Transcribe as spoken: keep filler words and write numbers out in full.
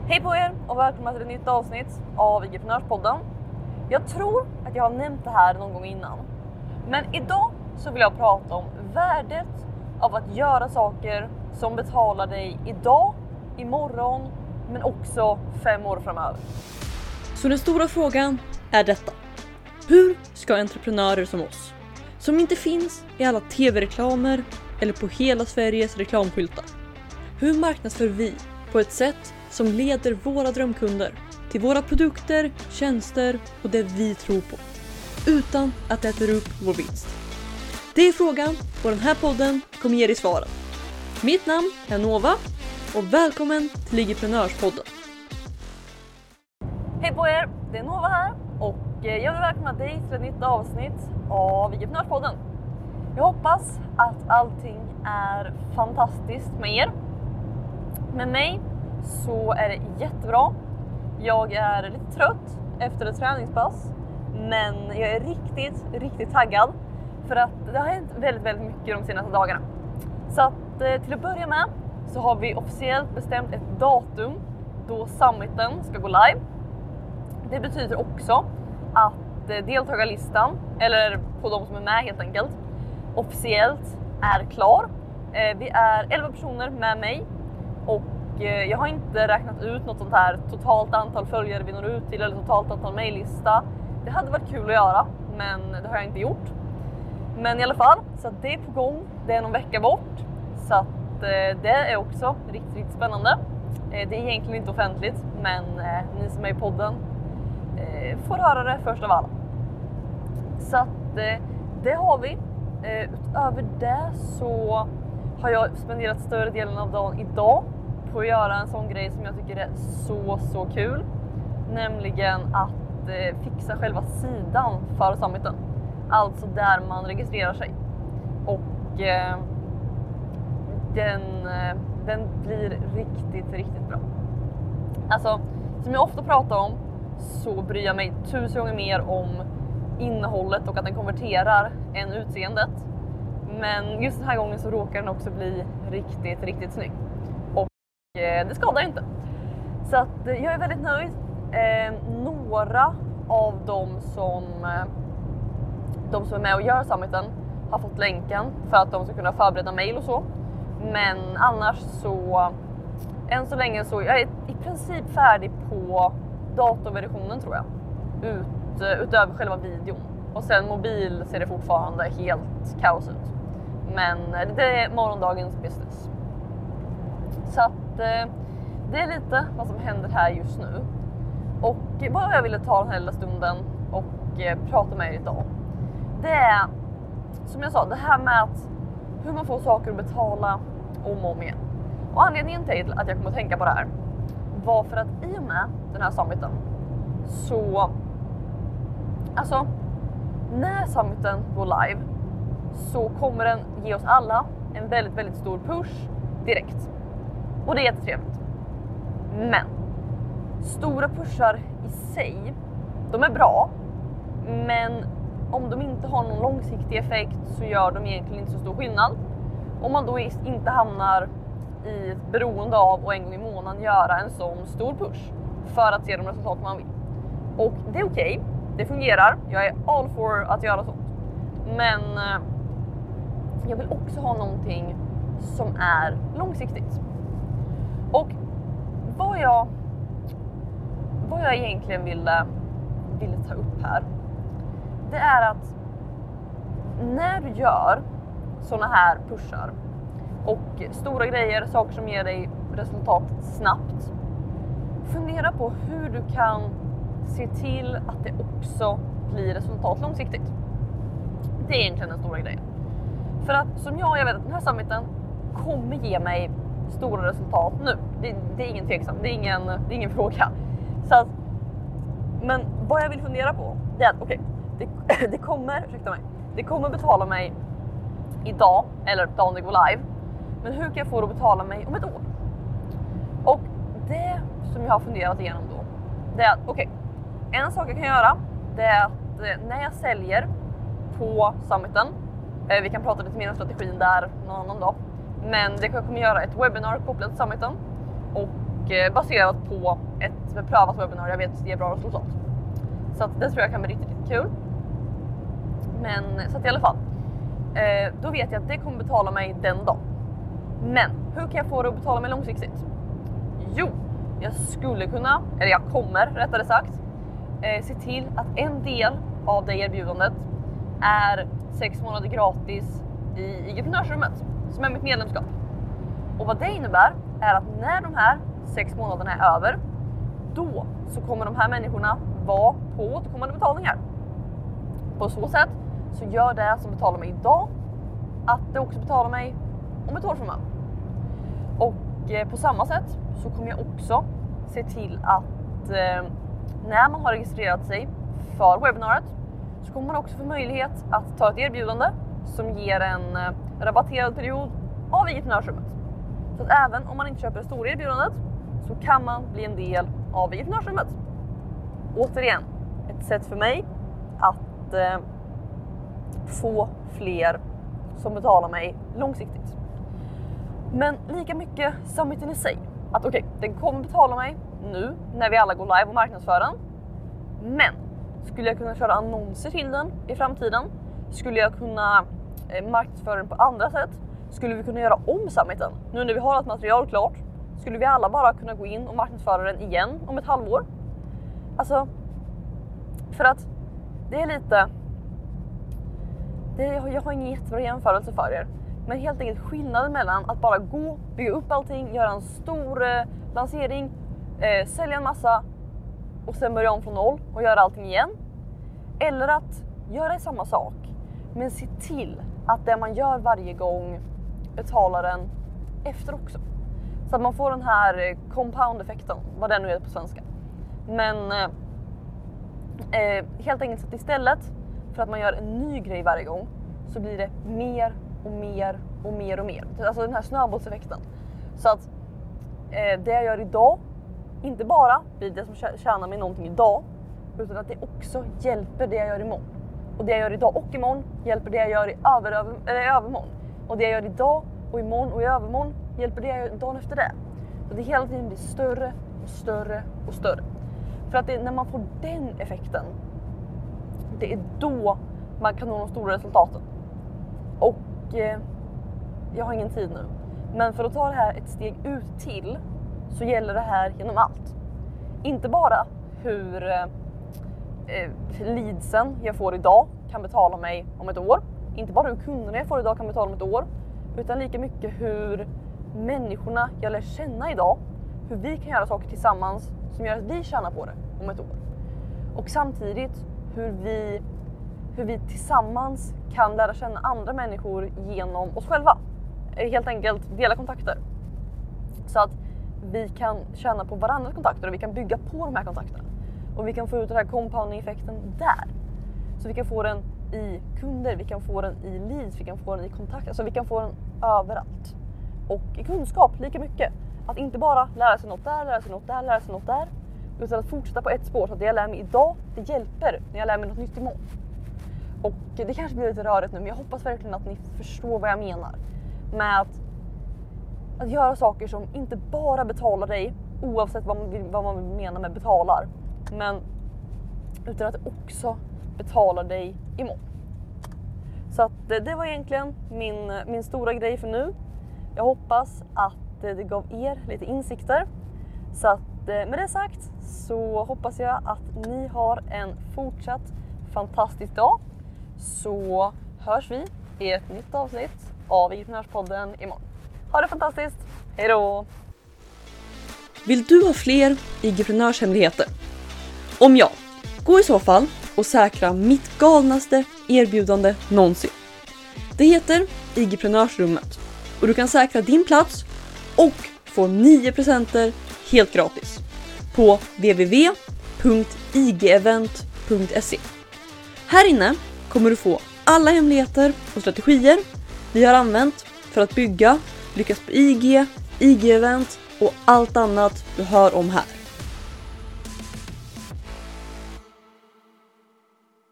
Hej på er och välkomna till ett nytt avsnitt av Igeprenörspodden. Jag tror att jag har nämnt det här någon gång innan. Men idag så vill jag prata om värdet av att göra saker som betalar dig idag, imorgon, men också fem år framöver. Så den stora frågan är detta. Hur ska entreprenörer som oss, som inte finns i alla tv-reklamer eller på hela Sveriges reklamskyltar, hur marknadsför vi på ett sätt som leder våra drömkunder till våra produkter, tjänster och det vi tror på, utan att det äter upp vår vinst? Det är frågan och den här podden kommer ge dig svaren. Mitt namn är Nova och välkommen till Igeprenörspodden. Hej på er, det är Nova här och jag vill välkomna dig till ett nytt avsnitt av Igeprenörspodden. Jag hoppas att allting är fantastiskt med er. Med mig så är det jättebra. Jag är lite trött efter ett träningspass, men jag är riktigt, riktigt taggad för att det har hänt väldigt, väldigt mycket de senaste dagarna. Så att till att börja med så har vi officiellt bestämt ett datum då summiten ska gå live. Det betyder också att deltagarlistan, eller på de som är med helt enkelt, officiellt är klar. Vi är elva personer med mig och jag har inte räknat ut något sånt här totalt antal följare vi når ut till eller totalt antal mejllista. Det hade varit kul att göra, men det har jag inte gjort. Men i alla fall, så att det är på gång. Det är någon vecka bort. Så att det är också riktigt, riktigt spännande. Det är egentligen inte offentligt, men ni som är i podden får höra det först av alla. Så att det har vi. Utöver det så har jag spenderat större delen av dagen idag på att göra en sån grej som jag tycker är så, så kul. Nämligen att eh, fixa själva sidan för summiten. Alltså där man registrerar sig. Och eh, den, eh, den blir riktigt, riktigt bra. Alltså, som jag ofta pratar om så bryr jag mig tusen gånger mer om innehållet och att den konverterar än utseendet. Men just den här gången så råkar den också bli riktigt, riktigt snygg. Det skadar inte. Så att jag är väldigt nöjd. Eh, några av dem som, eh, de som är med och gör summiten har fått länken för att de ska kunna förbereda mejl och så. Men annars så, än så länge så, jag är i princip färdig på datorversionen tror jag. Ut, utöver själva videon. Och sen mobil ser det fortfarande helt kaos ut. Men det är morgondagens business. Så att det är lite vad som händer här just nu. Och vad jag ville ta den här lilla stunden och prata med er idag, det är, som jag sa, det här med att hur man får saker att betala om och om igen. Och anledningen till att jag kommer att tänka på det här var för att i och med den här summiten så, alltså när summiten går live så kommer den ge oss alla en väldigt, väldigt stor push direkt. Och det är jättetrevligt. Men stora pushar i sig, de är bra. Men om de inte har någon långsiktig effekt så gör de egentligen inte så stor skillnad. Om man då inte hamnar i ett beroende av att en gång i månaden göra en sån stor push för att se de resultat man vill. Och det är okej, okay. Det fungerar. Jag är all for att göra sånt. Men jag vill också ha någonting som är långsiktigt. Och vad jag, vad jag egentligen ville, ville ta upp här, det är att när du gör såna här pushar och stora grejer, saker som ger dig resultat snabbt, fundera på hur du kan se till att det också blir resultat långsiktigt. Det är egentligen den stora grejen. För att som jag, jag vet att den här summiten kommer ge mig stora resultat nu. Det, det är ingen tveksam, det är ingen, det är ingen fråga. Så att, men vad jag vill fundera på, det är att okej, okay, det, det kommer, ursäkta mig, det kommer betala mig idag, eller dagen det går live. Men hur kan jag få det att betala mig om ett år? Och det som jag har funderat igenom då, det är att okej, okay, en sak jag kan göra, det är att när jag säljer på summiten, eh, vi kan prata lite mer om strategin där någon annan dag, men det kommer göra ett webbinar kopplat till summiten och eh, baserat på ett prövat webbinar jag vet ger bra resultat. Så att det tror jag kan bli riktigt, riktigt kul. Men så att i alla fall, eh, då vet jag att det kommer betala mig den dagen. Men hur kan jag få det att betala mig långsiktigt? Jo, jag skulle kunna, eller jag kommer rättare sagt, eh, se till att en del av det erbjudandet är sex månader gratis i IG-prenörsrummet, som är mitt medlemskap. Och vad det innebär är att när de här sex månaderna är över, då så kommer de här människorna vara på återkommande betalningar. På så sätt så gör det som betalar mig idag att det också betalar mig om ett år framöver. Och eh, på samma sätt så kommer jag också se till att eh, när man har registrerat sig för webbinariet så kommer man också få möjlighet att ta ett erbjudande som ger en eh, rabatterad period av IG-prenörsrummet. Så att även om man inte köper det stora erbjudandet så kan man bli en del av IG-prenörsrummet. Återigen, ett sätt för mig att eh, få fler som betalar mig långsiktigt. Men lika mycket summiten i sig. Att okej, okay, den kommer betala mig nu när vi alla går live och marknadsför den. Men skulle jag kunna köra annonser till den i framtiden? Skulle jag kunna eh, marknadsföra den på andra sätt? Skulle vi kunna göra om summiten? Nu när vi har allt material klart, skulle vi alla bara kunna gå in och marknadsföra den igen om ett halvår? Alltså, för att det är lite... Det är, jag har ingen jättebra jämförelse för er. Men helt enkelt skillnaden mellan att bara gå, bygga upp allting, göra en stor eh, lansering, eh, sälja en massa och sen börja om från noll och göra allting igen. Eller att göra samma sak, men se till att det man gör varje gång betalar den efter också. Så att man får den här compound-effekten, vad det nu är på svenska. Men eh, helt enkelt så att istället för att man gör en ny grej varje gång så blir det mer och mer och mer och mer. Alltså den här snöbollseffekten. Så att eh, det jag gör idag inte bara blir det som tjänar mig någonting idag, utan att det också hjälper det jag gör imorgon. Och det jag gör idag och imorgon hjälper det jag gör i över, över, eller i övermorgon. Och det jag gör idag och imorgon och i övermorgon hjälper det jag gör dagen efter det. Så det hela tiden blir större och större och större. För att det, när man får den effekten, det är då man kan nå de stora resultaten. Och eh, jag har ingen tid nu. Men för att ta det här ett steg ut till så gäller det här genom allt. Inte bara hur eh, leadsen jag får idag kan betala mig om ett år. Inte bara hur kunderna jag får idag kan betala om ett år. Utan lika mycket hur människorna jag lär känna idag, hur vi kan göra saker tillsammans som gör att vi tjänar på det om ett år. Och samtidigt hur vi, hur vi tillsammans kan lära känna andra människor genom oss själva. Helt enkelt dela kontakter. Så att vi kan tjäna på varandras kontakter och vi kan bygga på de här kontakterna. Och vi kan få ut den här compounding-effekten där. Så vi kan få den i kunder, vi kan få den i leads, vi kan få den i kontakter. Alltså vi kan få den överallt. Och i kunskap lika mycket. Att inte bara lära sig något där, lära sig något där, lära sig något där. Utan att fortsätta på ett spår. Så att det jag lär mig idag, det hjälper när jag lär mig något nytt imorgon. Och det kanske blir lite rörigt nu, men jag hoppas verkligen att ni förstår vad jag menar. Med att, att göra saker som inte bara betalar dig, oavsett vad man, vill, vad man menar med betalar. Men utan att det också betalar dig imorgon. Så att det, det var egentligen min, min stora grej för nu. Jag hoppas att det gav er lite insikter. Så att med det sagt så hoppas jag att ni har en fortsatt fantastisk dag. Så hörs vi i ett nytt avsnitt av IG-prenörspodden imorgon. Ha det fantastiskt. Hej då! Vill du ha fler IG-prenörshemligheter? Om ja, gå i så fall och säkra mitt galnaste erbjudande någonsin. Det heter IG-prenörsrummet och du kan säkra din plats och få nio procent helt gratis på w w w punkt i g event punkt se. Här inne kommer du få alla hemligheter och strategier vi har använt för att bygga, lyckas på I G, I G-event och allt annat du hör om här.